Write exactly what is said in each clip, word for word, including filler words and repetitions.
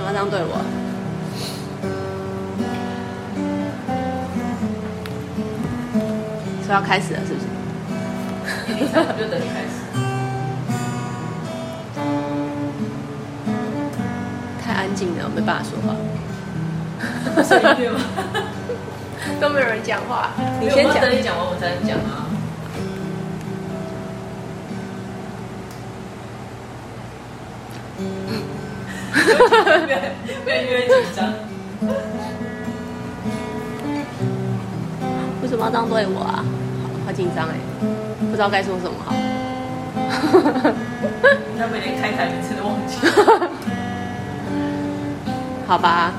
么要这样对我？说要开始了是不是？ 你想就等你开始。 太安静了，我没办法说话。 是音乐吗？ 都没有人讲话，你先讲。 等你讲完我才能讲啊。越越越紧张。 为什么要这样对我啊？好好紧张哎，不知道该说什么好。 他们连开台名字都忘记了。 好吧，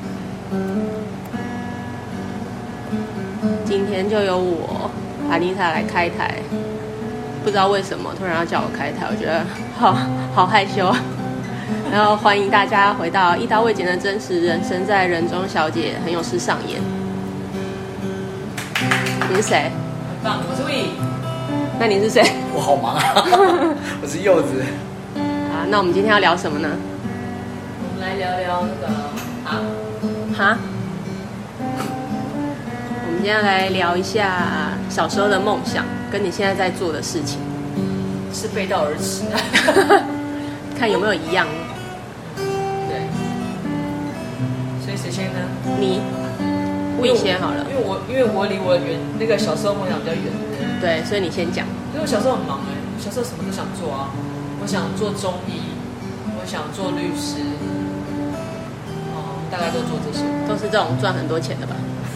今天就由我阿妮塔来开台。不知道为什么突然要叫我开台，我觉得好好害羞。然后欢迎大家回到一刀未剪的真实人生，在人中小姐很有事上演。你是谁？ 很棒，我是 We。 那你是谁？ 我好忙啊，我是柚子。 啊，那我们今天要聊什么呢？ 我们来聊聊那个啊哈。我们今天来聊一下小时候的梦想，跟你现在在做的事情， 是背道而驰。 看有没有一样。 对。所以谁先呢？ 你。我先好了， 因为我因为我离我远那个小时候梦想比较远， 对，所以你先讲。 因为我小时候很忙哎、欸，小时候什么都想做啊，我想做中医，我想做律师，哦，大概都做这些， 都是这种赚很多钱的吧？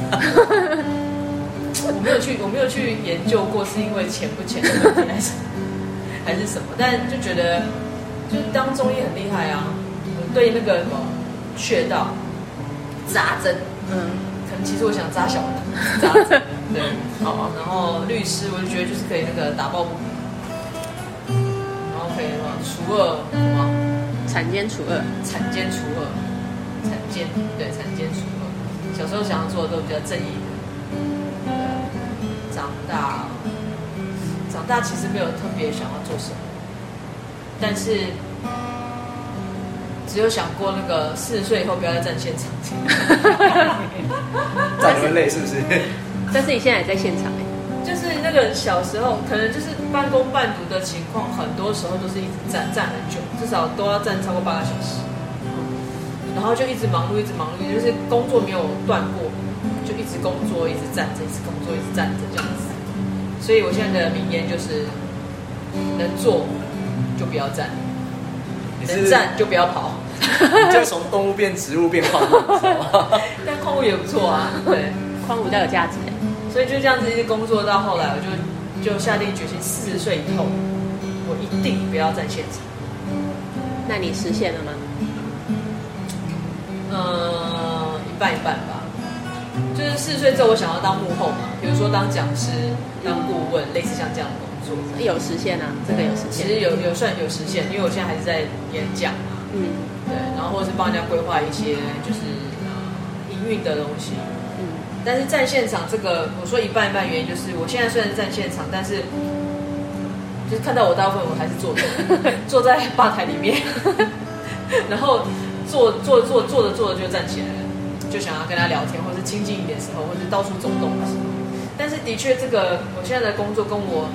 我没有去，我没有去研究过是因为钱不钱的问题还是还是什么，但就觉得就是当中医很厉害啊，对那个什么穴道扎针，嗯。其实我想扎小人，扎针，对，好，然后律师我就觉得就是可以那个打抱不平，然后可以什么除恶什么铲奸除恶， 铲奸除恶，铲奸对铲奸除恶，小时候想要做的都比较正义的，对，长大长大其实没有特别想要做什么，但是。只有想过那个四十岁以后不要再站现场， 站会累是不是？ 但是你现在也在现场哎、 欸，就是那个小时候可能就是半工半读的情况，很多时候都是一直站站很久，至少都要站超过八个小时，然后就一直忙碌，一直忙碌，就是工作没有断过，就一直工作，一直站着，一直工作，一直站着这样子。所以我现在的名言就是：能坐就不要站，能站就不要跑。 你就从动物变植物变矿物， 但矿物也不错啊，对， 矿物比较有价值哎。 所以就这样子一直工作到后来，我就就下定决心，四十岁以后，我一定不要站现场。 那你实现了吗？ 嗯，一半一半吧。就是四十岁之后，我想要当幕后嘛，比如说当讲师、当顾问，类似像这样的工作。 有实现啊，这个有实现。 其实有有算有实现，因为我现在还是在演讲嘛。嗯，对，然后或者是帮人家规划一些就是呃营运的东西，嗯，但是站现场这个，我说一半一半，原因就是我现在虽然是站现场，但是就是看到我大部分我还是坐着，坐在吧台里面，然后坐坐坐坐着坐着就站起来了，就想要跟他聊天，或者是亲近一点的时候，或者是到处走动的时候，但是的确这个我现在的工作跟我。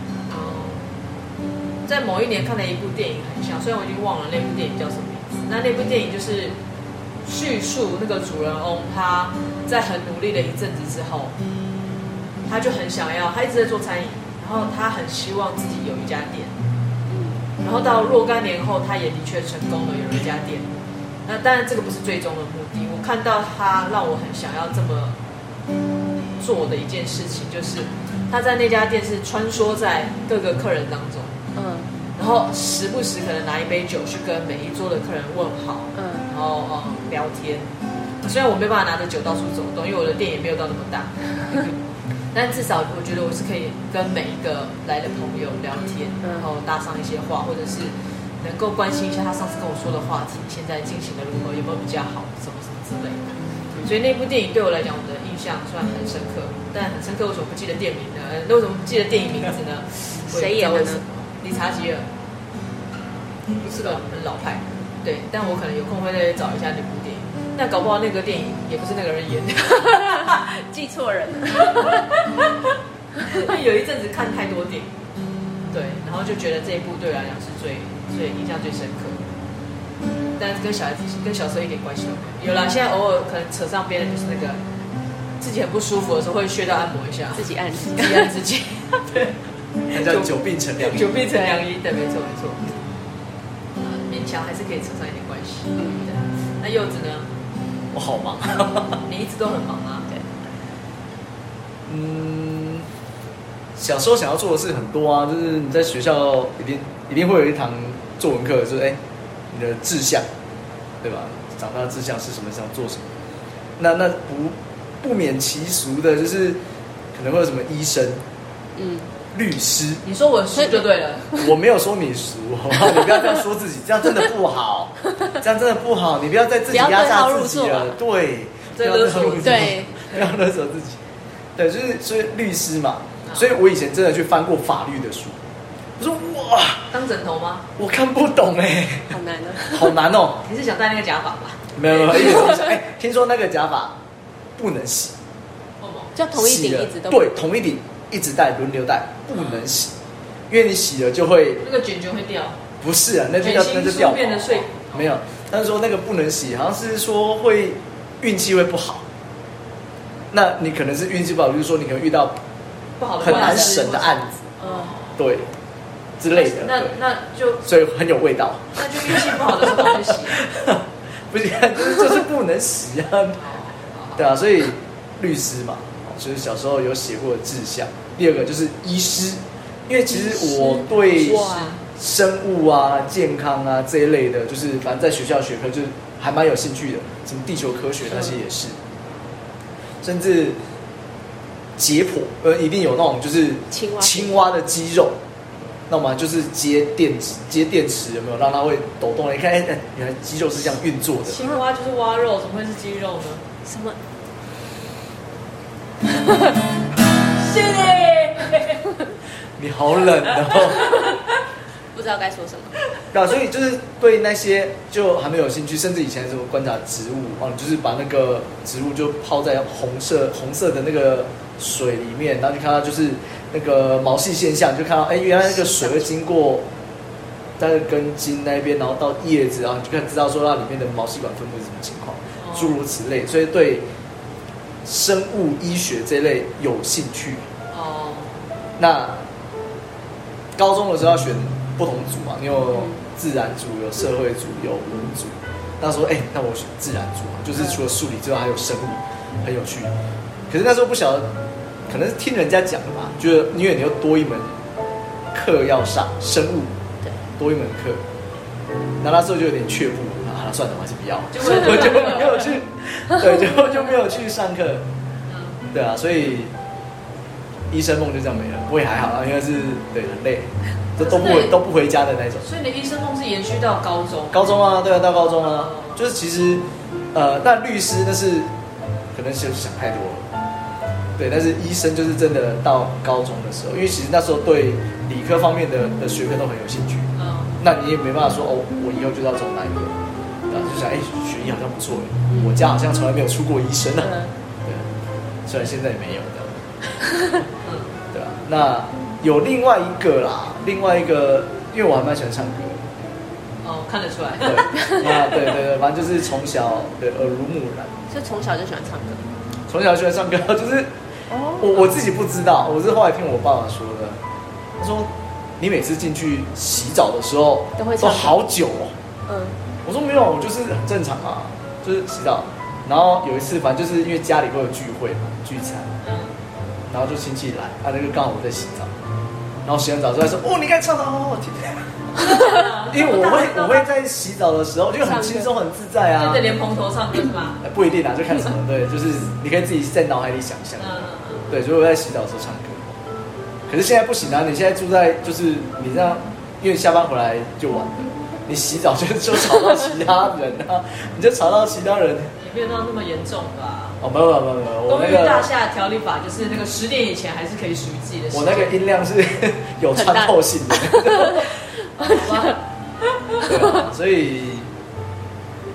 在某一年看了一部电影很像，虽然我已经忘了那部电影叫什么名字。那那部电影就是叙述那个主人翁他在很努力的一阵子之后，他就很想要，他一直在做餐饮，然后他很希望自己有一家店。然后到若干年后，他也的确成功了，有一家店。那当然这个不是最终的目的。我看到他让我很想要这么做的一件事情，就是他在那家店是穿梭在各个客人当中。嗯，然后时不时可能拿一杯酒去跟每一桌的客人问好，嗯，然后嗯聊天。虽然我没办法拿着酒到处走动，因为我的店也没有到那么大，但至少我觉得我是可以跟每一个来的朋友聊天，然后搭上一些话，或者是能够关心一下他上次跟我说的话题，现在进行的如何，有没有比较好，什么什么之类的。所以那部电影对我来讲，我的印象虽然很深刻，但很深刻，为什么不记得店名呢？为什么不记得电影名字呢？ 谁演的呢？ 理查吉尔，是个很老派。 对，但我可能有空会再找一下那部电影。但搞不好那个电影也不是那个人演的， 记错人了。 因为有一阵子看太多电影，对，然后就觉得这一部对我来讲是最最印象最深刻的。但跟小孩子跟小时候一点关系都没有。有啦，现在偶尔可能扯上边的就是那个自己很不舒服的时候会穴道按摩一下， 自己按自己， 自己按自己。对， 那叫久病成良医。 久病成良医，对，没错没错。呃，勉强还是可以扯上一点关系。嗯，对。那柚子呢？ 我好忙， 你一直都很忙啊。对。 嗯，小时候想要做的事很多啊，就是你在学校一定一定会有一堂作文课，就是哎，你的志向，对吧？长大的志向是什么？想做什么？那那不不免其俗的，就是可能会有什么医生，嗯，律师。 你说我俗就对了。 我没有说你俗，好不好？你不要这样说自己，这样真的不好，这样真的不好。你不要再自己压榨自己了，对， 不要勒索自己， 对， 不要勒索自己。对，就是所以律师嘛，所以我以前真的去翻过法律的书。我说哇， 当枕头吗？ 我看不懂哎、欸， 好难啊， 好难哦。 你是想戴那个假发吧？ 没有没有，一点都不想。哎，听说那个假发不能洗， 就同一顶一直都对，同一顶一直戴，轮流戴，不能洗，因为你洗了就会那个卷就会掉。 不是啊，那就叫那就掉。 变得碎。 没有，但是说那个不能洗，好像是说会运气会不好。那你可能是运气不好，就是说你可能遇到不好的很难审的案子，嗯，对，之类的。 那那就所以很有味道。 那就运气不好的时候去洗。 不行，就是就是不能洗啊。对啊，所以律师嘛，就是小时候有写过的志向。第二个就是医师，因为其实我对生物啊、健康啊这一类的，就是反正在学校学科就是还蛮有兴趣的，什么地球科学那些也是。甚至解剖，呃，一定有那种就是青蛙青蛙的肌肉，那我们就是接电池，接电池有没有让它会抖动？你看，哎、欸，原来肌肉是这样运作的。 青蛙就是蛙肉，怎么会是肌肉呢？ 什么？ 谢谢。 你好冷哦。 不知道该说什么。 对啊，所以就是对那些就还没有兴趣，甚至以前什么观察植物哦，就是把那个植物就泡在红色红色的那个水里面，然后就看到就是那个毛细现象，就看到哎，原来那个水会经过在根茎那边，然后到叶子，然后你就可以知道说它里面的毛细管分布是什么情况，诸如此类。所以对生物医学这类有兴趣。哦。那高中的时候要选不同组嘛，你有自然组、有社会组、有文组。那时候，哎、欸，那我选自然组嘛，就是除了数理之外还有生物，很有趣。可是那时候不晓得，可能是听人家讲的吧，觉得因为你又多一门课要上，生物， 对， 多一门课，那那时候就有点却步啊，算了，我还是不要，我就没有去，对，就就没有去上课。对啊，所以医生梦就这样没了，不过也还好啦，因为是对很累。都都不回都不回家的那种， 所以你的医生梦是延续到高中？ 高中啊，对啊，到高中啊，就是其实，呃，那律师那是可能是想太多了，对，但是医生就是真的到高中的时候，因为其实那时候对理科方面的的学科都很有兴趣，嗯，那你也没办法说哦，我以后就要走哪一个，对啊，就想哎，学医好像不错哎，我家好像从来没有出过医生啊，对，虽然现在也没有的，对啊，那。有另外一个啦，另外一个，因为我还蛮喜欢唱歌的。 哦，看得出来。 对，那对对对，反正就是从小对耳濡目染。 就从小就喜欢唱歌。 从小就喜欢唱歌，就是哦，我我自己不知道，我是后来听我爸爸说的。他说，你每次进去洗澡的时候都会唱都好久哦。嗯。我说没有，我就是很正常啊，就是洗澡。然后有一次，反正就是因为家里会有聚会嘛，聚餐，嗯，然后就亲戚来，啊，那个刚好我在洗澡。然后洗完澡之后说：“哦，你该唱的好好听。”因为我会我会在洗澡的时候就很轻松很自在啊， 就在莲蓬头唱歌是吗？ 不一定啊，就看什么。对，就是你可以自己在脑海里想象。对，所以我在洗澡的时候唱歌。可是现在不行啊！你现在住在就是你这样，因为下班回来就晚了，你洗澡就就吵到其他人啊，你就吵到其他人。 也没有到那么严重吧？ 哦，没有没有没有没有， 我那个公寓大厦条例法就是那个十点以前还是可以属于自己的。 我那个音量是有穿透性的，对啊，所以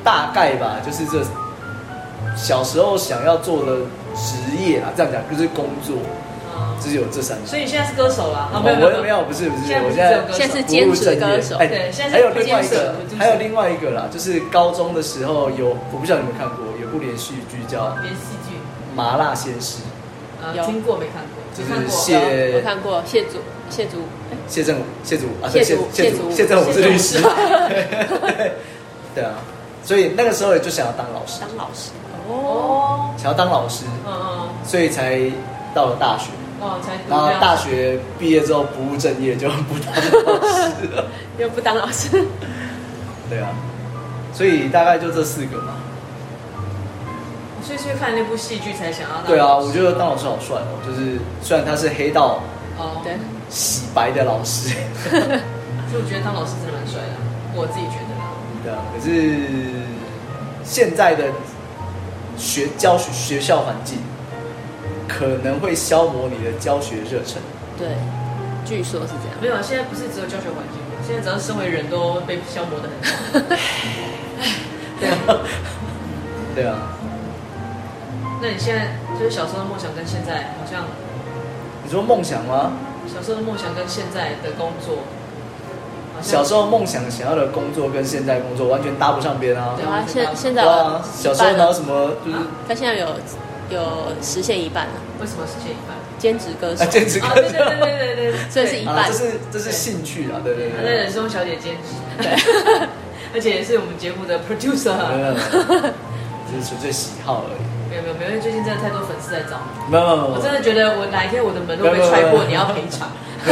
大概吧，就是这小时候想要做的职业啊，这样讲就是工作，只有这三种。 所以你现在是歌手啦？啊， 哦没有没有没有，不是不是，我现现在现在是兼职歌手。 哎， 对，现在还有另外一是个，还有另外一个啦，就是高中的时候有，我不知道你们看过，有部连续剧叫连续剧 《麻辣鲜师》， 呃， 有听过没看过？ 就没看过。 是谢我看过谢祖谢祖谢振武谢祖武啊， 谢谢谢祖祖谢振武是律师谢祖武， 对对啊，所以那个时候就想要当老师， 当老师哦， 想要当老师， 嗯嗯， 所以才到了大学。 哦，才读然后这样大学毕业之后不务正业，就不当老师了。 又不当老师。 对啊，所以大概就这四个嘛。 所以是看那部戏剧才想要当。 对啊，我觉得当老师好帅哦，就是虽然他是黑道哦， 对， 洗白的老师， 所以我觉得当老师真的蛮帅的，我自己觉得啦。 对啊，可是现在的学教学学校环境可能会消磨你的教学热忱。 对，据说是这样。 没有，现在不是只有教学环境嘛，现在只要身为人都被消磨的很惨。对啊， 对啊， 那你现在就是小时候的梦想跟现在好像， 你说梦想吗？ 小时候的梦想跟现在的工作，好像小时候梦想想要的工作跟现在工作完全搭不上边啊。 对有啊，现现在对啊，小时候哪有什么就是他现在有有实现一半了， 为什么实现一半？ 兼职歌手啊，，兼职歌啊， 手对对对对对对， 所以是一半啊，这是这是兴趣啊，对对他在对。 人生小姐兼职， 对， 而且也是我们节目的 producer。 没有，只是纯粹喜好而已。 没有没有没有，因为最近真的太多粉丝在找你， 没有没有没有， 我真的觉得我哪一天我的门都被踹破，你要赔偿。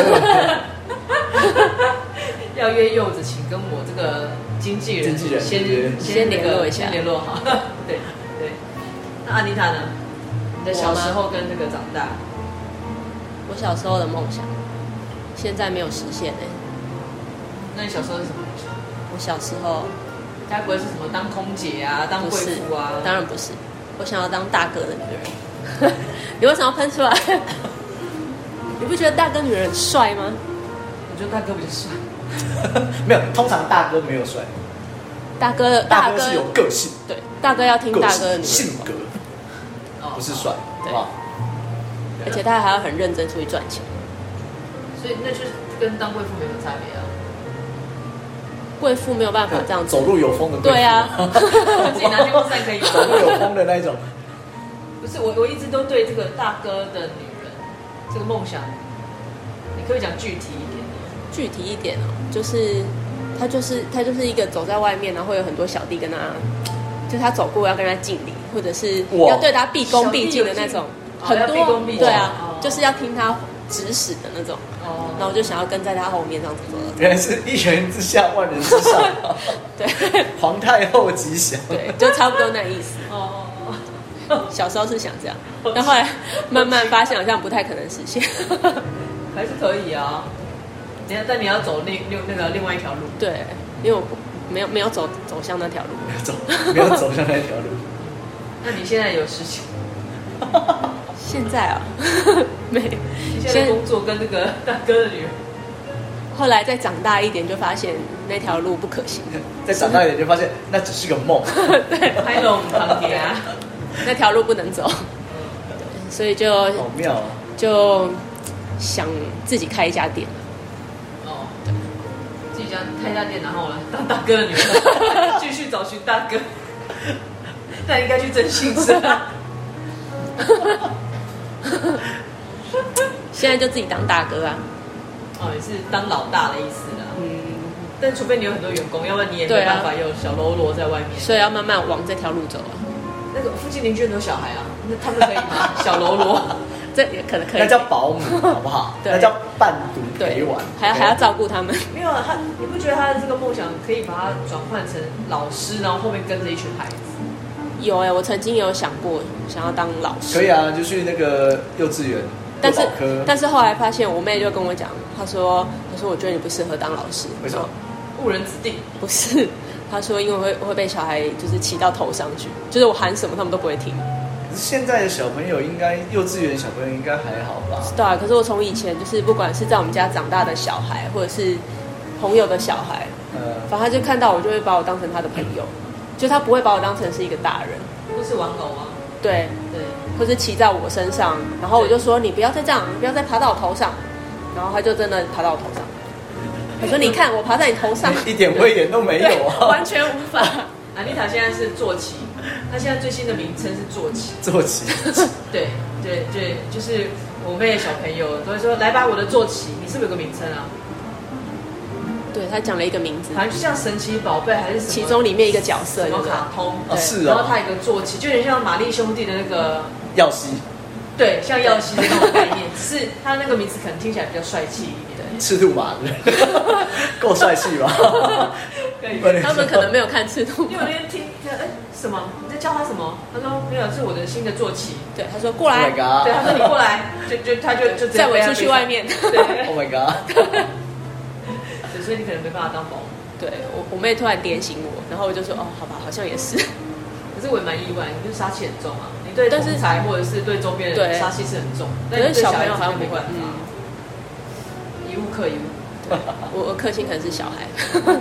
要约柚子，请跟我这个经纪人经纪人先对先联络一下先联络好。对对。那安妮塔呢？你的小时候跟那个长大， 我小时候的梦想，现在没有实现哎、 那你小时候是什么梦想？ 我小时候该不会是什么当空姐啊，当贵不是妇啊？ 当然不是，我想要当大哥的女人。你为什么要喷出来？你不觉得大哥女人很帅吗？ 我觉得大哥比较帅。 没有，通常大哥没有帅， 大哥大哥是有个性， 对，大哥要听个大哥的女性性人， 格， 哦不是帅，好对不好？ 而且他还要很认真出去赚钱。 所以那就是跟当贵妇没什么差别啊。 贵妇没有办法这样子走路有风的贵妇， 对啊， 自己拿电风扇可以走路有风的那一种。 不是我，我一直都对这个大哥的女人这个梦想，你可以讲具体一点。 具体一点哦，就是他就是他就是一个走在外面，然后会有很多小弟跟他，就是他走过要跟他敬礼，或者是哇要对他毕恭毕敬的那种， 小弟有敬哦要很多毕恭毕敬对啊， 哦就是要听他指使的那种。 哦然后我就想要跟在他后面这样子走走。 原来是一人之下，万人之上， 对皇太后吉祥。 对，就差不多那意思。 哦小时候是想这样，但后来慢慢发现好像不太可能实现。 还是可以啊。你要，但你要走另另那个另外一条路。 对，因为我没有没有走走向那条路。 没有走，没有走向那条路。 那你现在有事情？ 现在啊，没。 你现在的工作跟那个大哥的女人， 后来再长大一点，就发现那条路不可行， 再长大一点就发现那只是个梦。 拍龙堂爹啊。 那条路不能走，对所以就好妙啊！ 就想自己开一家店。 哦，自己家开一家店，然后呢，当大哥的女人，继续找寻大哥。那应该去征信社。 现在就自己当大哥啊， 哦，也是当老大的意思啦。 嗯， 但除非你有很多员工，要不然你也没对啊办法有小喽啰在外面。 所以要慢慢往这条路走啊。 那个附近邻居很多小孩啊，那他们可以吗？小喽啰。 这也可能可以， 那叫保姆，好不好？ 对那叫伴读陪对玩， 还要还要照顾他们。 没有啊，他你不觉得他的这个梦想可以把它转换成老师，然后后面跟着一群孩子？ 有哎、我曾经有想过想要当老师， 可以啊，就去那个幼稚园、 但是幼保科。 但是后来发现，我妹就跟我讲，她说她说我觉得你不适合当老师， 为什么？ 误人子弟。 不是，她说因为会会被小孩就是骑到头上去，就是我喊什么他们都不会听。 可是现在的小朋友应该，幼稚园小朋友应该还好吧？ 对啊，可是我从以前就是不管是在我们家长大的小孩，或者是朋友的小孩， 呃， 反正他就看到我就会把我当成他的朋友， 就他不会把我当成是一个大人， 不是玩偶啊， 对对， 或是骑在我身上，然后我就说你不要再这样，你不要再爬到我头上，然后他就真的爬到我头上。他说你看我爬在你头上， 一点威严都没有啊， 完全无法。 安妮塔现在是坐骑，她现在最新的名称是坐骑。 坐骑， 对对对，就是我妹的小朋友都会说来吧，我的坐骑，你是不是有个名称啊？ 对他讲了一个名字， 好像就像神奇宝贝还是什么其中里面一个角色， 什么卡通， 哦是哦， 然后他有个坐骑，就有点像玛丽兄弟的那个耀西， 对，像耀西的那种概念，只是他那个名字可能听起来比较帅气一点。 赤兔马，够帅气吧？ 他们可能没有看赤兔马。 因为我那天听，哎，什么？你在叫他什么？他说没有，是我的新的坐骑。 对，他说过来。 Oh my god！ 对，他说你过来，就就他就就载我出去外面。 对 ，Oh my god！ 对，所以你可能没办法当保姆。 对我，我妹突然点醒我，然后我就说哦，好吧，好像也是。 可是我也蛮意外，你就是杀气很重啊，你对同才或者是对周边的人杀气是很重，但是小朋友好像没办法， 一物克一物。 我我克星可能是小孩。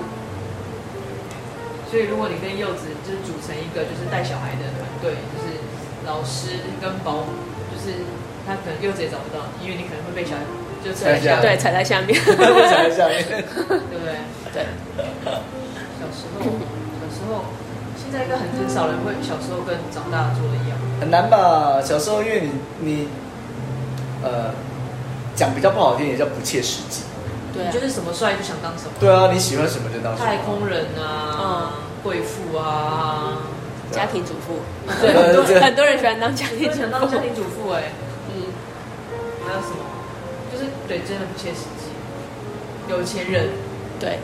所以如果你跟柚子就是组成一个就是带小孩的团队，就是老师跟保姆，就是他可能柚子也找不到，因为你可能会被小孩就踩在下面， 对，踩在下面， 踩在下面， 对不对？ 对。 小时候，小时候，现在应该很很少人会小时候跟长大做的一样。 很难吧？小时候因为你你呃讲比较不好听，也叫不切实际。 对、啊，就是什么帅就想当什么。 对啊，你喜欢什么就当什么。 太空人啊，贵、嗯、妇啊， 家庭主妇。 对，很多很多人喜欢当家庭主妇。 想当家庭主妇哎、欸。嗯。还有什么？就是对，真的不切实际。有钱人。 对。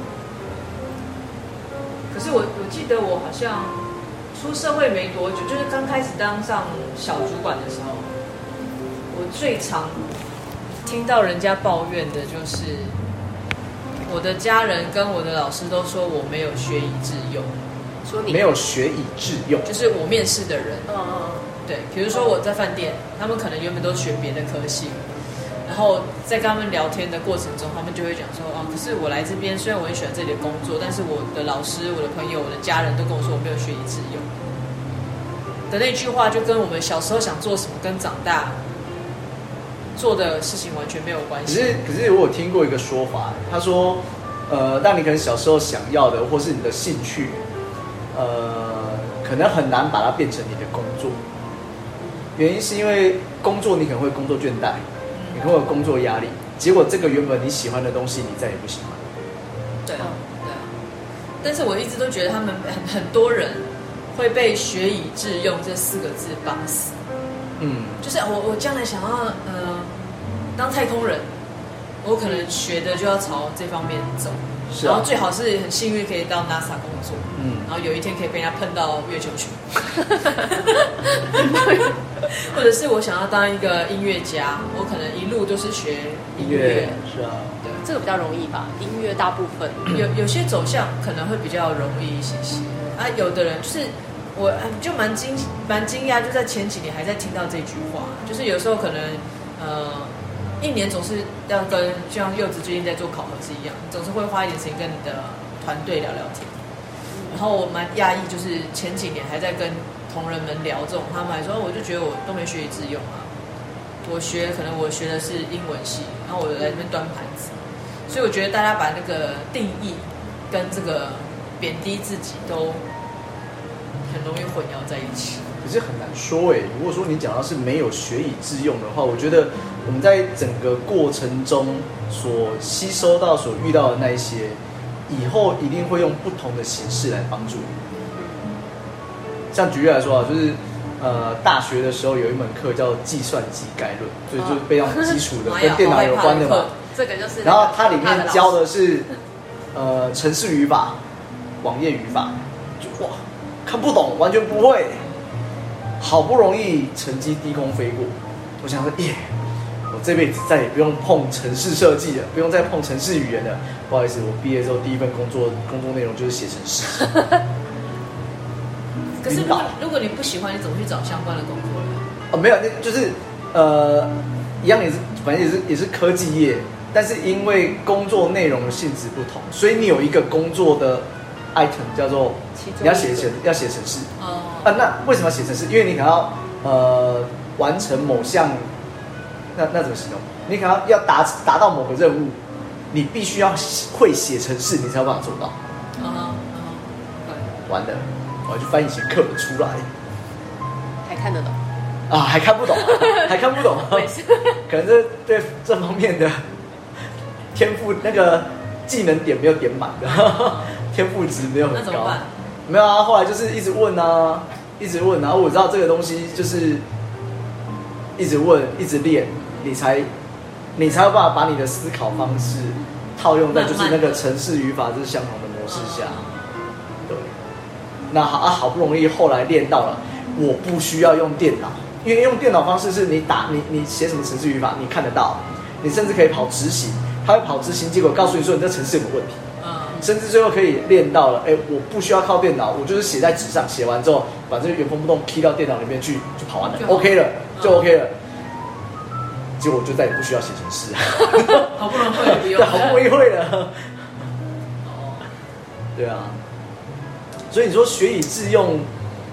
可是我我记得我好像出社会没多久，就是刚开始当上小主管的时候，我最常听到人家抱怨的就是，我的家人跟我的老师都说我没有学以致用， 说你没有学以致用， 就是我面试的人， 嗯嗯， 对，比如说我在饭店，他们可能原本都学别的科系，然后在跟他们聊天的过程中，他们就会讲说啊，可是我来这边，虽然我很喜欢这里的工作，但是我的老师、我的朋友、我的家人都跟我说我没有学以致用的那句话，就跟我们小时候想做什么跟长大做的事情完全没有关系。 可是，可是我有听过一个说法，他说，呃，当你可能小时候想要的，或是你的兴趣，呃，可能很难把它变成你的工作。原因是因为工作你可能会工作倦怠，你可能会有工作压力，结果这个原本你喜欢的东西，你再也不喜欢。 对啊，对啊。但是我一直都觉得他们很很多人会被“学以致用”这四个字绑死。嗯，就是我我将来想要呃当太空人，我可能学的就要朝这方面走， 是啊、 然后最好是很幸运可以到 NASA 工作，嗯，然后有一天可以被人家碰到月球去，或者是我想要当一个音乐家，我可能一路都是学音乐， 是啊， 对，这个比较容易吧，音乐大部分有有些走向可能会比较容易一些些，啊，有的人就是。我就蛮惊蛮惊讶，就在前几年还在听到这句话，就是有时候可能，呃，一年总是要跟就像柚子最近在做考核是一样，总是会花一点时间跟你的团队聊聊天。然后我蛮讶异，就是前几年还在跟同仁们聊这种，他们还说，我就觉得我都没学以致用啊，我学可能我学的是英文系，然后我来这边端盘子，所以我觉得大家把那个定义跟这个贬低自己都。很容易混淆在一起， 可是很难说哎。如果说你讲到是没有学以致用的话，我觉得我们在整个过程中所吸收到、所遇到的那一些，以后一定会用不同的形式来帮助你。像举例来说啊，就是呃，大学的时候有一门课叫计算机概论，所以就是非常基础的，跟电脑有关的嘛。 这个就是。 然后它里面教的是呃，程式语法、网页语法，就哇。看不懂，完全不会，好不容易成绩低空飞过，我想说耶，我这辈子再也不用碰程式设计了，不用再碰程式语言了。不好意思，我毕业之后第一份工作工作内容就是写程式。 可是如果如果你不喜欢，你怎么去找相关的工作呢？ 哦，没有，那就是呃，一样也是，反正也是也是科技业，但是因为工作内容的性质不同，所以你有一个工作的 item 叫做你要写程要写程式。 哦。 啊，那为什么要写程式？因为你可能要呃完成某项，那那怎么形容？你可能要达达到某个任务，你必须要会写程式，你才有办法做到。 嗯哼，嗯哼，对。 完了，我要去翻以前课本出来， 还看得懂啊，还看不懂，还看不懂，可能这对这方面的天赋那个技能点没有点满的，天赋值没有很高。 那怎么办？ 没有啊，后来就是一直问啊，一直问，然后我知道这个东西就是一直问，一直练，你才你才有办法把你的思考方式套用在就是那个程式语法是相同的模式下。对，那好啊，好不容易后来练到了，我不需要用电脑，因为用电脑方式是你打你你写什么程式语法，你看得到，你甚至可以跑执行，它会跑执行，结果告诉你说你这程式有没有问题。甚至最后可以练到了，哎，我不需要靠电脑，我就是写在纸上，写完之后把这个原封不动 key 到电脑里面去，就跑完了 ，OK 了，就 OK 了。结果我就再也不需要写程式， 好不容易会，不用， 好不容易会了。对啊，所以你说学以致用，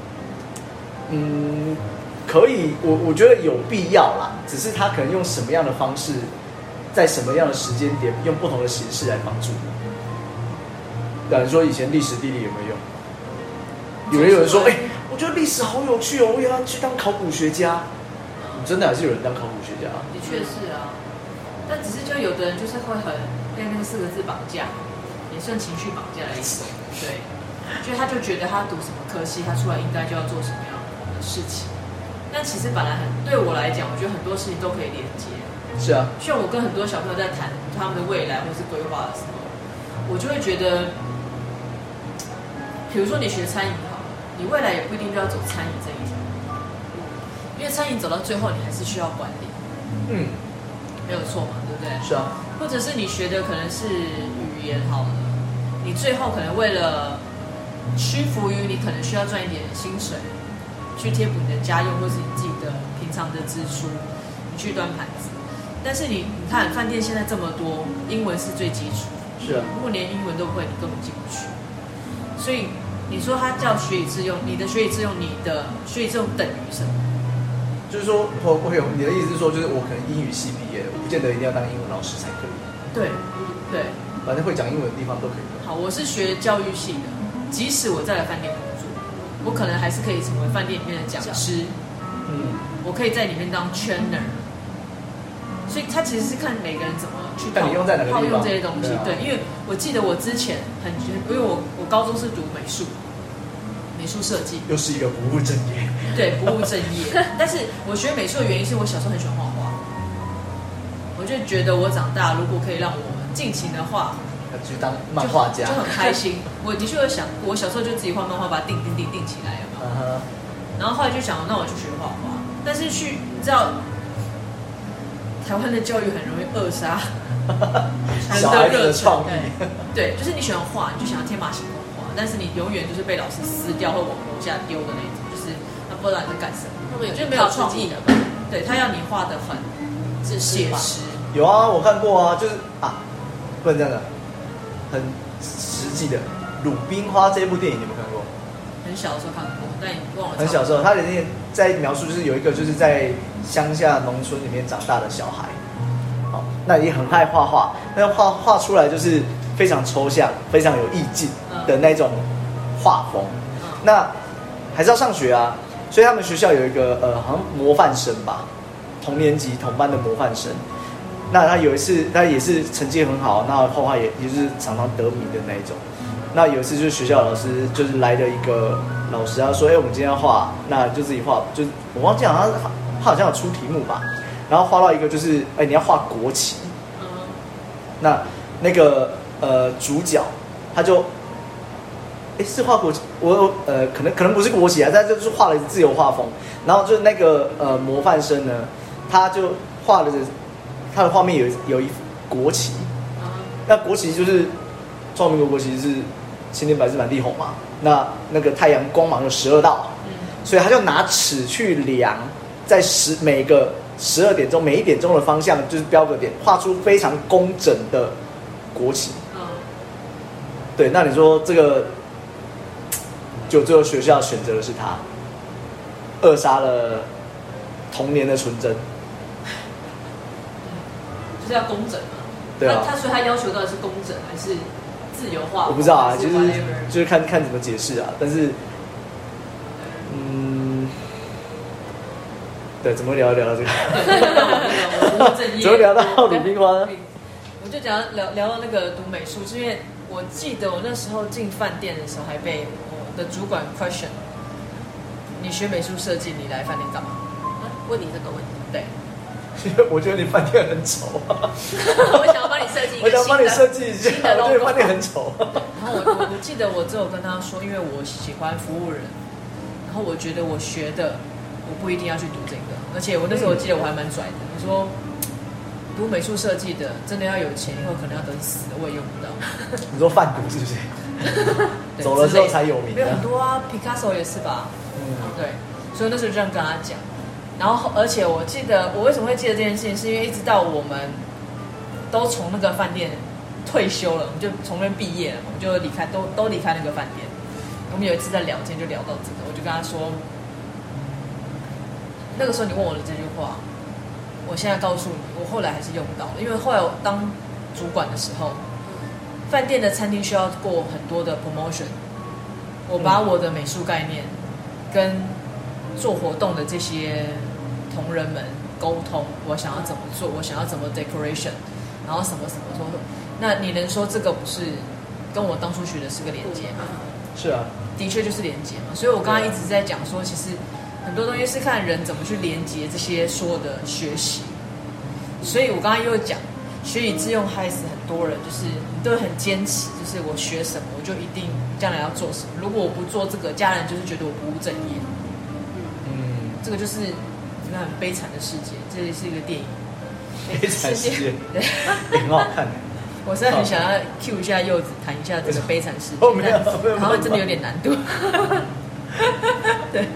嗯，可以，我我觉得有必要啦，只是他可能用什么样的方式，在什么样的时间点，用不同的形式来帮助你。有人说以前历史地理有没有用？有人有人说，哎、欸，我觉得历史好有趣哦，我也要去当考古学家。嗯、真的还是有人当考古学家？ 的确是啊，但只是就有的人就是会很被那个四个字绑架，也算情绪绑架的一种。对，所以他就觉得他读什么科系，他出来应该就要做什么样的事情。但其实本来很对我来讲，我觉得很多事情都可以连接。 是啊， 像我跟很多小朋友在谈他们的未来或是规划的时候，我就会觉得。比如说你学餐饮好了，你未来也不一定就要走餐饮这一条，因为餐饮走到最后你还是需要管理，嗯，没有错嘛，对不对？ 是啊。 或者是你学的可能是语言好了，你最后可能为了屈服于你可能需要赚一点薪水，去贴补你的家用或是你自己的平常的支出，你去端盘子。但是你你看饭店现在这么多，英文是最基础， 是啊。 如果连英文都不会，你根本进不去。所以你说他叫学以致用，你的学以致用，你的学以致用等于什么？ 就是说，我我有你的意思是说，就是我可能英语系毕业的，我不见得一定要当英文老师才可以。 对，对， 反正会讲英文的地方都可以。 好，我是学教育系的，即使我再来饭店工作，我可能还是可以成为饭店里面的讲师。嗯，我可以在里面当 trainer。所以他其实是看每个人怎么去套用套用这些东西。对，因为我记得我之前很，因为我我高中是读美术，美术设计， 又是一个不务正业。 对，不务正业。但是我学美术的原因是我小时候很喜欢画画，我就觉得我长大如果可以让我尽情的画， 去当漫画家， 就很开心。我的确有想，我小时候就自己画漫画，把它钉钉钉钉起来，有没有？ Uh-huh. 然后后来就想，那我去学画画。但是去，你知道。台湾的教育很容易扼杀人的热忱，对，就是你喜欢画，你就想要天马行空画，但是你永远就是被老师撕掉或往楼下丢的那种，就是他不知道你在干什么，他们就是没有创意的，对他要你画的很写实。 有啊，我看过啊，就是啊，不能这样的，很实际的《鲁冰花》这部电影，你有没有看过？ 很小的时候看过，但你忘了。 很小的时候，他里面在描述就是有一个就是在乡下农村里面长大的小孩，好，那也很爱画画，那画画出来就是非常抽象、非常有意境的那种画风。嗯、那还是要上学啊，所以他们学校有一个呃，好像模范生吧，同年级同班的模范生。那他有一次，他也是成绩很好，那画画也也是常常得名的那一种。那有一次就是学校老师就是来了一个老师，他说：“哎、欸，我们今天要画，那就自己画。”就是我忘记好像他好像有出题目吧，然后画到一个就是哎、欸，你要画国旗。嗯、那那个呃主角他就哎、欸、是画国旗，我呃可能可能不是国旗啊，但就是画了自由画风。然后就是那个呃模范生呢，他就画了他的画面有有一国旗，嗯、那国旗就是中华民国国旗是。青天白日满地红嘛，那那个太阳光芒有十二道，嗯、所以他就拿尺去量，在十每个十二点钟每一点钟的方向就是标个点，画出非常工整的国旗。嗯、对，那你说这个就最后学校选择的是他，扼杀了童年的纯真。 就是要公整嘛。 对啊。 他他所以他要求到底是公整还是自由化？ 我不知道啊， 就就是就是看看怎么解释啊。但是，嗯，对，怎么聊聊到这个？怎么聊到鲁冰花呢？ 我就讲聊聊到那个读美术，是因为我记得我那时候进饭店的时候，还被我的主管 question： 你学美术设计，你来饭店干嘛？ 啊、问你这个问题， 对。 我觉得你饭店很丑啊！ 我想要帮你设计一个新的， 我想帮你设计一下，我觉得饭店很丑。 然后我我我记得我只有跟他说，因为我喜欢服务人，然后我觉得我学的我不一定要去读这个，而且我那时候我记得我还蛮拽的，我说读美术设计的真的要有钱，以后可能要等死了我也用不到。 你说贩毒是不是？走了之后才有名的。 没有很多啊 ，Picasso 也是吧？嗯，对，所以那时候这样跟他讲。然后，而且我记得，我为什么会记得这件事情，是因为一直到我们都从那个饭店退休了，我们就从那边毕业了，我们就离开，都都离开那个饭店。我们有一次在聊天，就聊到这个，我就跟他说，那个时候你问我的这句话，我现在告诉你，我后来还是用到了，因为后来我当主管的时候，饭店的餐厅需要过很多的 promotion， 我把我的美术概念跟做活动的这些同仁们沟通，我想要怎么做，我想要怎么 decoration， 然后什么什么说，那你能说这个不是跟我当初学的是个连接吗？ 是啊， 的确就是连接嘛。所以我刚刚一直在讲说，其实很多东西是看人怎么去连接这些所有的学习。所以我刚刚又讲，学以致用害死很多人，就是你都很坚持，就是我学什么我就一定将来要做什么，如果我不做这个，家人就是觉得我不务正业。这个就是一个很悲惨的世界，这是一个电影。 悲惨世界， 对， 也很好看。 我是很想要 cue 一下柚子，谈一下这个悲惨世界， 哦，没有，没有， 好像真的有点难度。对。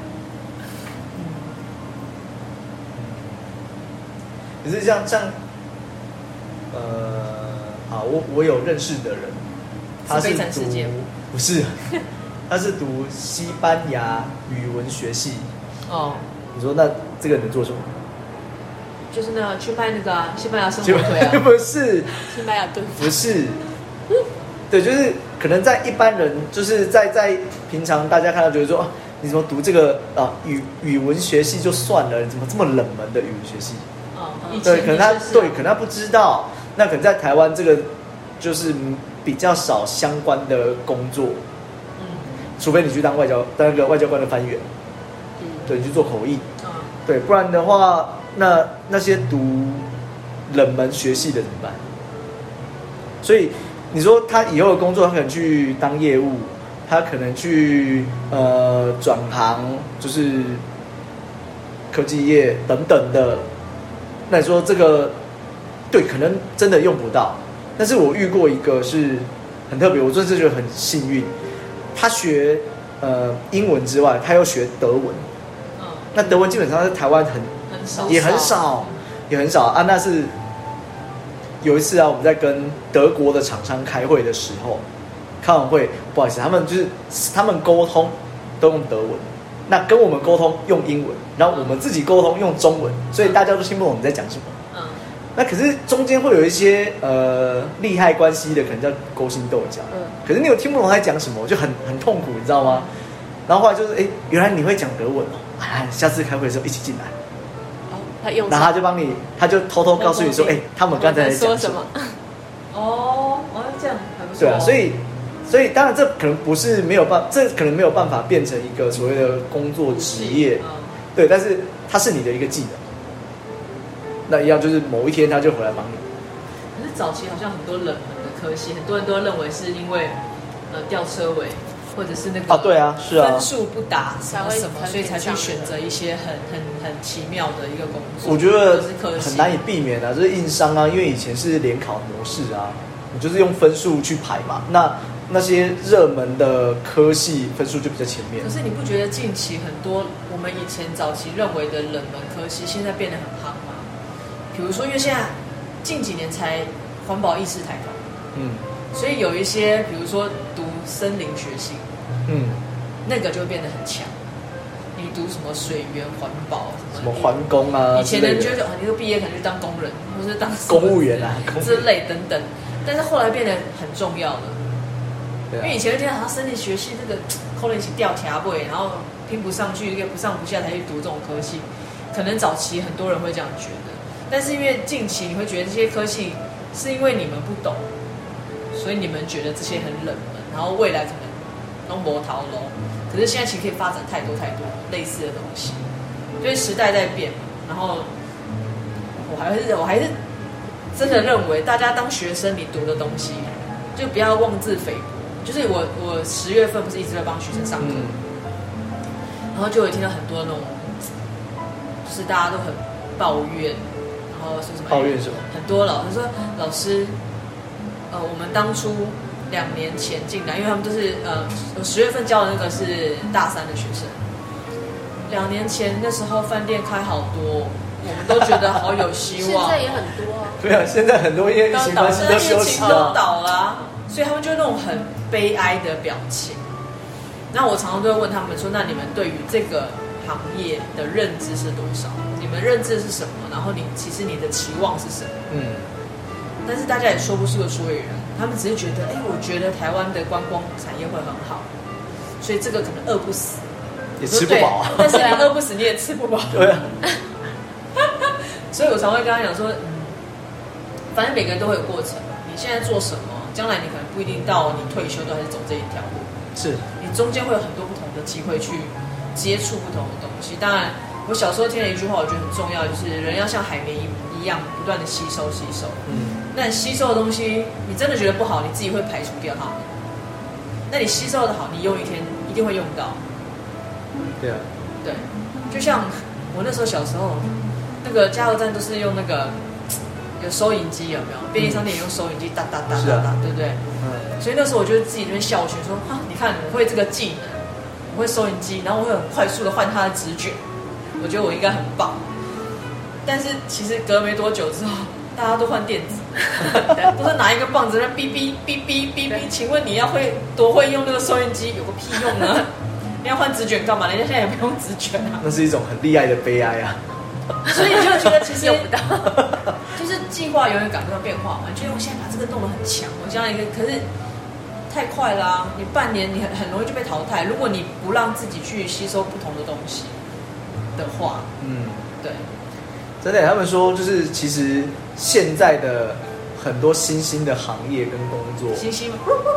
可是像像，呃，好，我我有认识的人，他是读不是，他是读西班牙语文学系。哦。你说那这个能做什么？ 就是那去卖那个、啊、西班牙生火腿啊？ 不是， 西班牙炖不是，对，就是可能在一般人，就是在在平常大家看到觉得说，啊、你怎么读这个啊语语文学系就算了，你怎么这么冷门的语文学系？ 哦， 对，可能他对，可能他不知道，那可能在台湾这个就是比较少相关的工作，嗯，除非你去当外交当那个外交官的翻译员。对，你去做口译，嗯，对，不然的话，那那些读冷门学系的怎么办？所以你说他以后的工作，他可能去当业务，他可能去呃转行，就是科技业等等的。那你说这个，对，可能真的用不到。但是我遇过一个是很特别，我真的觉得很幸运，他学呃英文之外，他又学德文。那德文基本上在台湾很很少， 也很少，也很少啊。那是有一次啊，我们在跟德国的厂商开会的时候，开完会，不好意思，他们就是他们沟通都用德文，那跟我们沟通用英文，然后我们自己沟通用中文，所以大家都听不懂你在讲什么。嗯。那可是中间会有一些呃利害关系的，可能叫勾心斗角。嗯。可是你有听不懂他在讲什么，就很很痛苦，你知道吗？然后后来就是，哎，原来你会讲德文哦。下次开会的时候一起进来， 哦，他用， 然后他就帮你，他就偷偷告诉你说，哎，他们刚才在讲什么？ 哦，哦，这样还不错。 对啊，所以，所以当然这可能不是没有办，这可能没有办法变成一个所谓的工作职业，对，但是它是你的一个技能。那一样就是某一天他就回来帮你。 可是早期好像很多冷门的科系，很多人都认为是因为呃吊车尾。或者是那个啊，对啊，是啊， 分数不达什么什么，所以才去选择一些很很很奇妙的一个工作。 我觉得很难以避免啊，就是硬伤啊，因为以前是联考模式啊，你就是用分数去排嘛。那那些热门的科系分数就比较前面。 可是你不觉得近期很多我们以前早期认为的冷门科系，现在变得很夯吗？比如说，因为现在近几年才环保意识抬头，嗯。所以有一些，比如说读森林学系，嗯， 那个就会变得很强。你读什么水源环保什么环工啊， 以前人觉得哦，你都毕业可能去当工人，或是当公务员啊之类等等，但是后来变得很重要了。 对啊、 因为以前就听到好像生理学系那个扣了一起掉卡位，然后拼不上去，一个不上不下才去读这种科系，可能早期很多人会这样觉得，但是因为近期你会觉得这些科系是因为你们不懂，所以你们觉得这些很冷门，然后未来可能弄博逃楼。可是现在其实可以发展太多太多类似的东西，因为时代在变嘛。然后我还是我还是真的认为，大家当学生你读的东西，就不要妄自菲薄。就是我我十月份不是一直在帮学生上课，嗯、然后就会听到很多那种，就是大家都很抱怨，然后说什么抱怨什么？ 很多老师说老师，呃，我们当初。两年前进来，因为他们都是呃，我十月份教的那个是大三的学生。两年前那时候饭店开好多，我们都觉得好有希望。 现在也很多啊。 对啊，现在很多因为疫情关系都休息都倒了、啊，所以他们就那种很悲哀的表情。那我常常都会问他们说：“那你们对于这个行业的认知是多少？你们认知是什么？然后你其实你的期望是什么？”嗯。但是大家也说不出个所以然。他们只是觉得，哎，我觉得台湾的观光产业会很好，所以这个可能饿不死， 也吃不饱啊。 但是你饿不死，你也吃不饱。 对啊。 所以我常会跟他讲说，嗯，反正每个人都会有过程。你现在做什么，将来你可能不一定到你退休都还是走这一条路。 是。 你中间会有很多不同的机会去接触不同的东西。当然，我小时候听了一句话，我觉得很重要，就是人要像海绵一样不断的吸收吸收。嗯。那你吸收的东西，你真的觉得不好，你自己会排除掉它们。那你吸收的好，你用一天一定会用到。 对啊。 对，就像我那时候小时候，那个加油站都是用那个有收银机，有没有？便利商店也用收银机，哒哒哒哒哒，对不对？嗯。所以那时候我就自己那边校训说：啊，你看我会这个技能，我会收银机，然后我会很快速的换它的纸卷，我觉得我应该很棒。但是其实隔没多久之后。大家都换电子，都是拿一个棒子在哔哔哔哔哔哔。请问你要会多会用那个收音机？有个屁用呢！你要换纸卷干嘛？人家现在也不用纸卷啊。 那是一种很厉害的悲哀啊。 所以你就觉得其实用不到，就是计划永远赶不上变化嘛。你觉得我现在把这个弄得很强，我将来一个可是太快啦、啊！你半年你很很容易就被淘汰。如果你不让自己去吸收不同的东西的话，嗯，对。 真的，他们说就是其实现在的很多新兴的行业跟工作， 新兴吗？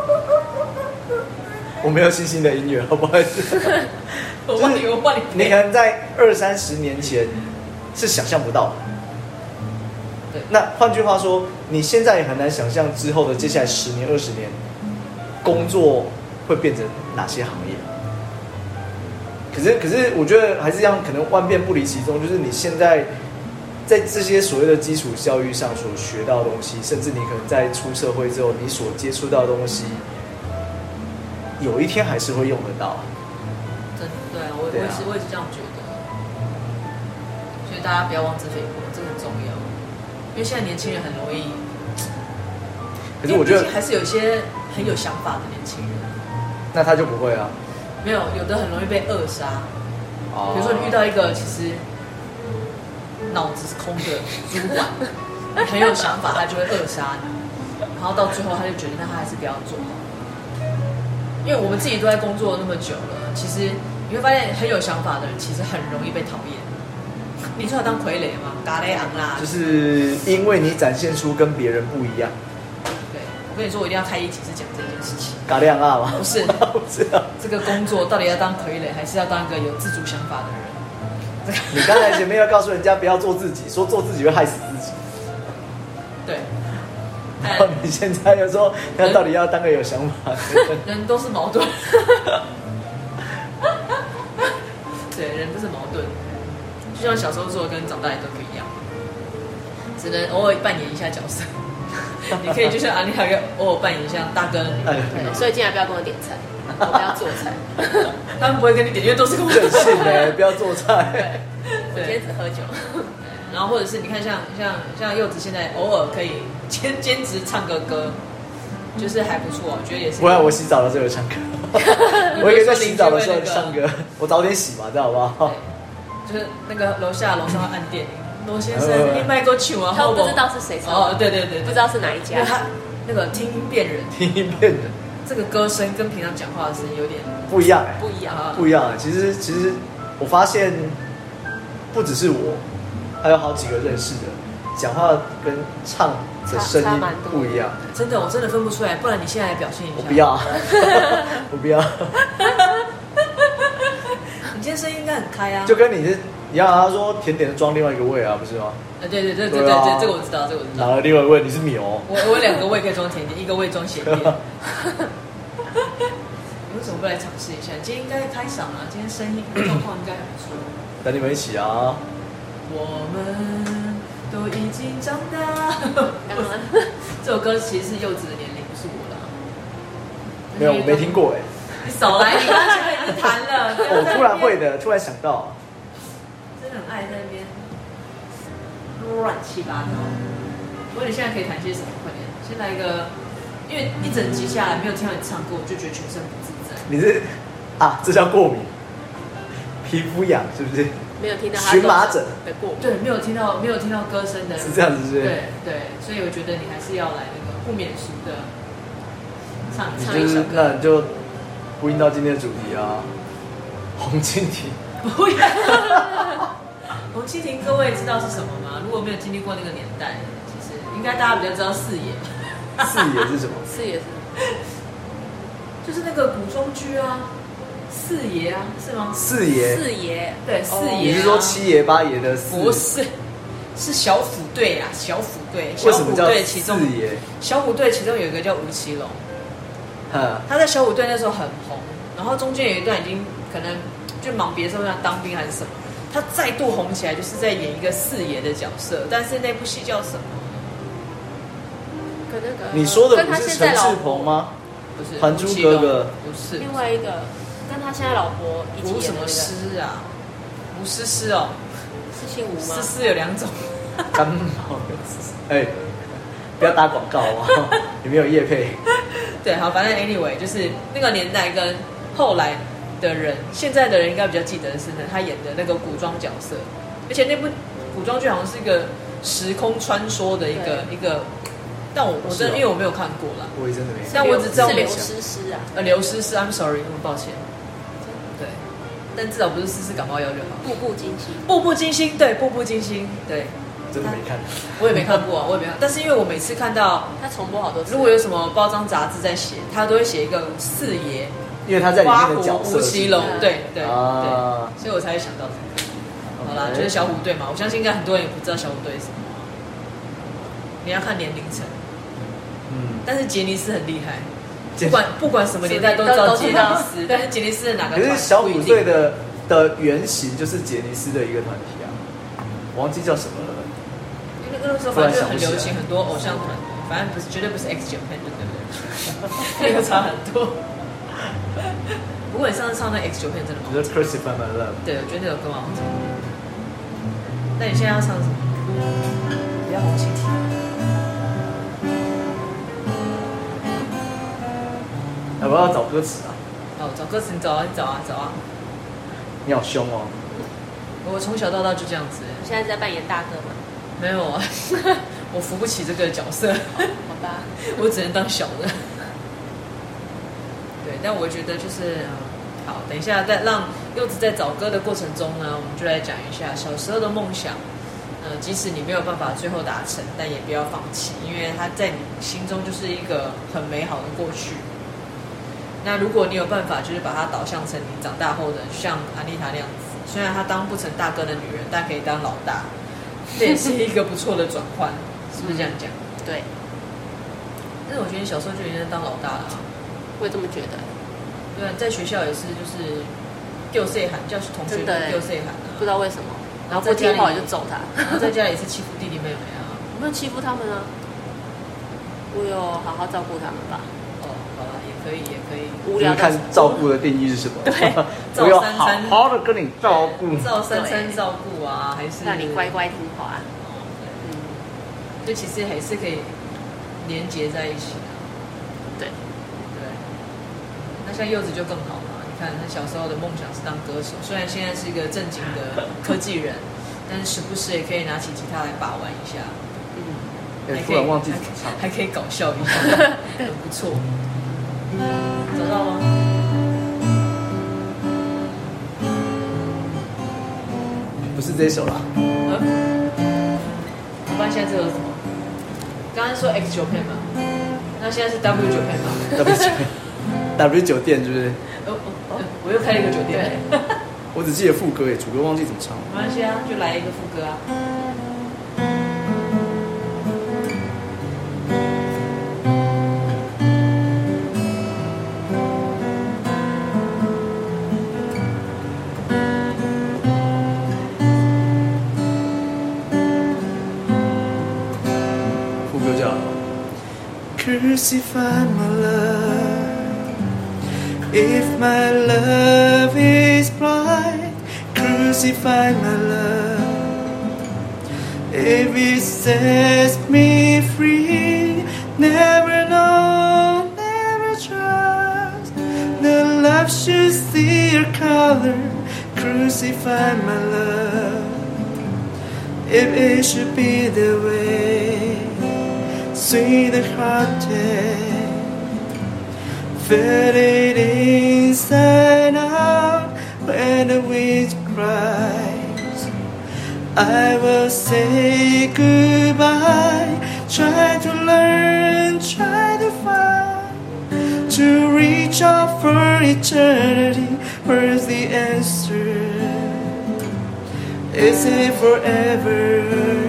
我没有新兴的音乐，不好意思。 我帮你，我帮你。 你可能在二三十年前是想象不到的。 对。 那换句话说，你现在也很难想象之后的接下来十年、二十年，工作会变成哪些行业。可是，可是我觉得还是一样，可能万变不离其宗，就是你现在。在这些所谓的基础教育上所学到的东西，甚至你可能在出社会之后，你所接触到的东西，有一天还是会用得到。 真的，对啊，我我也是，我也是这样觉得。所以大家不要妄自菲薄，这个很重要。因为现在年轻人很容易， 可是我觉得还是有一些很有想法的年轻人。 那他就不会啊。 没有，有的很容易被扼杀。哦。比如说你遇到一个其实。脑子是空的主管，很有想法，他就会扼杀你，然后到最后他就觉得，那他还是不要做好。因为我们自己都在工作那么久了，其实你会发现，很有想法的人其实很容易被讨厌。你说要当傀儡吗？嘎雷昂啦， 就是因为你展现出跟别人不一样。 对，我跟你说，我一定要开一集是讲这件事情。 嘎雷昂啊吗？ 不是， 不知道这个工作到底要当傀儡，还是要当一个有自主想法的人？ 你刚才前面要告诉人家不要做自己，说做自己会害死自己。 对。 然后你现在又说，那到底要当个有想法的人？ 人都是矛盾。对，人都是矛盾。就像小时候做的跟长大也都不一样，只能偶尔扮演一下角色。你可以就像安妮塔，偶尔扮演一下大哥的女儿。 对，所以进来不要跟我点菜。我不要做菜， 他们不会跟你点，因为都是跟我任性的，不要做菜。 对，我今天只喝酒。 然后或者是你看像像像柚子现在偶尔可以兼兼职唱个歌， 就是还不错，我觉得也是。 不然我洗澡的时候有唱歌，我也可以在洗澡的时候唱歌，我早点洗嘛，这样好不好？ 就是那个楼下楼上按电铃，罗先生你卖过球啊？ 他不知道是谁唱哦，对对对， 不知道是哪一家。 他那个听音辨人， 听音辨人， 这个歌声跟平常讲话的声音有点不一样哎， 不一样， 不一样。其实其实我发现，不只是我，还有好几个认识的，讲话跟唱的声音不一样。 真的，我真的分不出来。不然你现在来表现一下。 我不要，我不要。 你今天声音应该很开啊。 就跟你是一样，他说甜点是装另外一个胃啊，不是吗？ 啊，对对对对对对，这个我知道，这个我知道。 哪了另外一个胃？你是牛。 我我有两个胃可以装甜点，一个胃装咸点。你为什么不来尝试一下？今天应该开嗓啊，今天声音状况应该很不错。 等你们一起啊。 我们都已经长大。这首歌其实是柚子的年龄，不是我的。 没有，我没听过哎。 你少来，你刚才已经弹了。 我突然会的，突然想到。 真的很爱在那边乱七八糟。不过你现在可以弹些什么？快点，先来一个，因为一整集下来没有听到你唱歌，我就觉得全身不自在。 你是啊？这叫过敏，皮肤痒是不是？ 没有听到他荨麻疹的过敏。 对，没有听到没有听到歌声的， 是这样子，是不是？ 对对，所以我觉得你还是要来那个不免俗的唱唱一首歌。 那你就呼应到今天的主题啊，红蜻蜓。 不要。红蜻蜓，各位知道是什么吗？如果没有经历过那个年代，其实应该大家比较知道四爷。 四爷是什么？ 四爷是， 就是那个古装剧啊，四爷啊，是吗？ 四爷， 四爷， 对，四爷、啊。 你是说七爷八爷的四？ 不是，是小虎队啊，小虎队。 为什么叫其中四爷？ 小虎队其中有一个叫吴奇隆，他在小虎队那时候很红，然后中间有一段已经可能就忙别的时候像当兵还是什么。他再度红起来，就是在演一个四爷的角色，但是那部戏叫什么？ 跟那个你说的不是陈志鹏吗？ 不是， 《还珠格格》 不是， 另外一个跟他现在老婆一起演的、那个、 吴什么诗啊？吴诗诗哦， 是姓吴吗？ 诗诗有两种， 干毛哎，不要打广告啊！你没有业配。 对，好，反正 anyway 就是那个年代跟后来。的人，现在的人应该比较记得的是呢，他演的那个古装角色，而且那部古装剧好像是一个时空穿梭的一个一个，但我我真的、哦、因为我没有看过啦， 我也真的没看过， 但我只知道是刘诗诗啊， 呃，刘诗诗 ，I'm sorry， 那么抱歉，对，但至少不是诗诗感冒药就好。 步步惊心， 步步惊心，对，步步惊心，对， 真的没看， 我也没看过啊，我也没看，但是因为我每次看到他重播好多次， 如果有什么包装杂志在写，他都会写一个四爷。 因为他在里面的角色， 吴奇隆，对对啊、 对，所以我才会想到这个。好啦，就是小虎队嘛，我相信应该很多人也不知道小虎队是什么。你要看年龄层，嗯，但是杰尼斯很厉害，不管不管什么年代都知道杰尼斯，但是杰尼斯的哪个团？ 可是小虎队的的原型就是杰尼斯的一个团体啊，我忘记叫什么了。 因为那个时候反正就很流行，很多偶像团，反正不是绝对不是 X Japan 对不对？那个差很多。不过你上次唱那 X 九片真的蛮好听。 你说 Crucify My Love？ 对，我觉得那首歌蛮好听。那你现在要唱什么？比较红蜻蜓。 要不要找歌词啊？ 哦，找歌词你找啊，你找啊，找啊。 你好凶哦！ 我从小到大就这样子。 你现在是在扮演大哥吗？ 没有啊，我扶不起这个角色。 好吧， 我只能当小的。对，但我觉得就是好，等一下在让柚子在找歌的过程中呢，我们就来讲一下小时候的梦想。呃，即使你没有办法最后达成，但也不要放弃，因为它在你心中就是一个很美好的过去。那如果你有办法，就是把它导向成你长大后的，像安妮塔那样子，虽然她当不成大哥的女人，但可以当老大，这也是一个不错的转换，是不是这样讲？ 对。 但是我觉得你小时候就已经当老大了啊。 我也这么觉得。 对，在学校也是，就是丢岁喊，叫同学丢岁喊啊， 不知道为什么，然后不听话就揍他， 然后在家里也是欺负弟弟妹妹啊。 我没有欺负他们啊，我有好好照顾他们吧。 哦，好了，也可以，也可以。 无聊。看照顾的定义是什么？ 对， 我要好好的跟你照顾， 照三餐照顾啊，还是让你乖乖听话。 嗯，就其实还是可以连结在一起的。 对对。那像柚子就更好嘛，你看他小时候的梦想是当歌手，虽然现在是一个正经的科技人，但是时不时也可以拿起吉他来把玩一下。 嗯，哎，突然忘记怎么唱， 还可以搞笑一下，很不错。找到吗？ 不是这首啦。 嗯。我不知道现在这个是什么？刚刚说 X 九片嘛，那现在是 W 九片嘛 ？W 九 W 酒店是不是？ 哦哦哦，我又开了一个酒店。 我只记得副歌耶，主歌忘记怎么唱。 没关系啊，就来一个副歌啊。 Crucify my love. If my love is blind, crucify my love. If it sets me free, never know, never trust. The love should see your color. Crucify my love. If it should be the way.Sweet-hearted, feel it inside out when the wind cries. I will say goodbye, try to learn, try to find, to reach out for eternity. Where's the answer? Is it forever?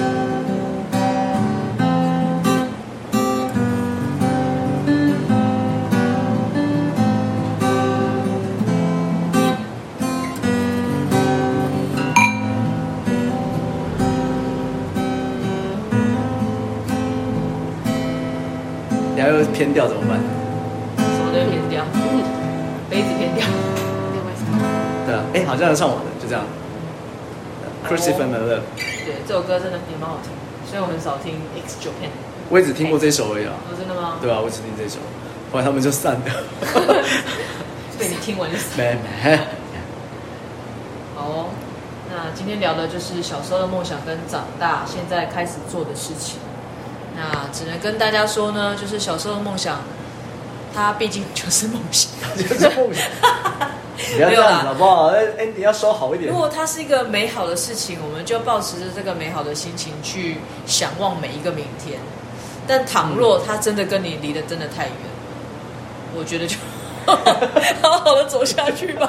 你要是偏掉怎么办？ 什么都会偏掉，杯子偏掉。 对啊，哎，好像要唱完了，就这样。Crucify my love。 对，这首歌真的也蛮好听，虽然我很少听 X 九片。 我也只听过这首而已啊。 哦，真的吗？ 对啊，我只听这首，后来他们就散了。 被你听完就散。 没没。 好哦，那今天聊的就是小时候的梦想跟长大现在开始做的事情。那只能跟大家说呢，就是小时候的梦想，它毕竟就是梦想， 就是梦想。不要这样子好不好？哎，你要收好一点。 如果它是一个美好的事情，我们就抱持着这个美好的心情去想望每一个明天。但倘若它真的跟你离得真的太远，我觉得就好好的走下去吧。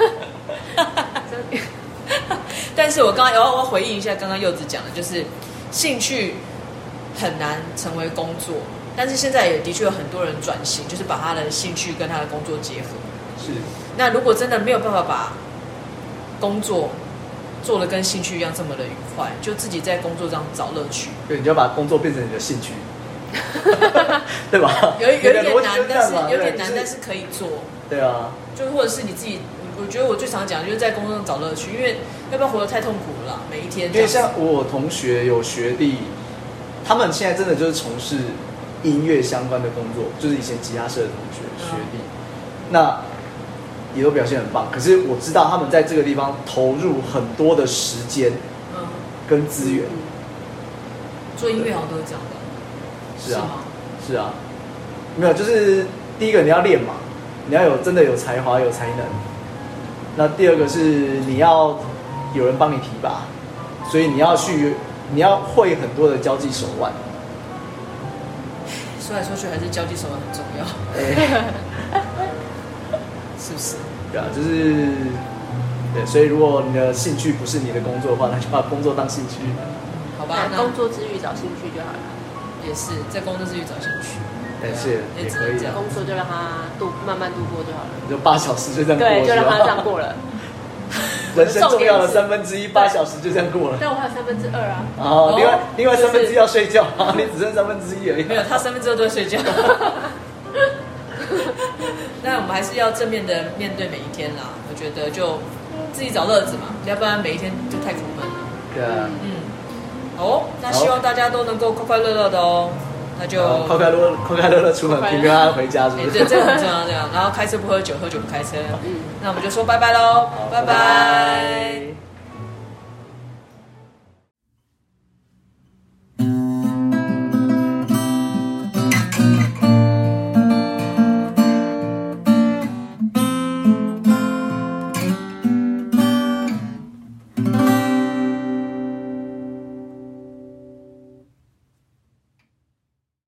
但是我刚刚我要我要回应一下刚刚柚子讲的，就是兴趣很难成为工作，但是现在也的确有很多人转型，就是把他的兴趣跟他的工作结合。 是。 那如果真的没有办法把工作做得跟兴趣一样这么的愉快，就自己在工作上找乐趣。 对，你就要把工作变成你的兴趣，对吧？ 有有一点难，但是有点难，但是可以做。 对啊。 就或者是你自己，我觉得我最常讲就是在工作上找乐趣，因为要不然活得太痛苦了啦，每一天。 因为像我同学有学弟。他们现在真的就是从事音乐相关的工作，就是以前吉他社的同学学弟，那也都表现很棒。可是我知道他们在这个地方投入很多的时间，嗯，跟资源。 做音乐好像都是这样的。 是啊，是啊，没有，就是第一个你要练嘛，你要有真的有才华有才能。那第二个是你要有人帮你提拔，所以你要去。你要会很多的交际手腕， 说来说去还是交际手腕很重要， 欸、 是不是？ 对啊，就是对，所以如果你的兴趣不是你的工作的话，那就把工作当兴趣。 好吧， 那工作之余找兴趣就好了。 也是在工作之余找兴趣， 但是也可以、啊。 工作就让他度慢慢度过就好了。 你就八小时就这样过， 对，就让他这样过了。 人生重要的三分之一，八小时就这样过了。 但我还有三分之二啊。 哦，另外另外三分之一要睡觉啊，你只剩三分之一而已。 没有，他三分之二都在睡觉。那我们还是要正面的面对每一天啦。我觉得就自己找乐子嘛，要不然每一天就太苦闷了。 对啊。 嗯。好哦，那希望大家都能够快快乐乐的哦。 那就快快乐乐快快乐乐出门，平平安安回家，是不是？ 对，这个很重要，这样。然后开车不喝酒，喝酒不开车。嗯，那我们就说拜拜喽，拜拜。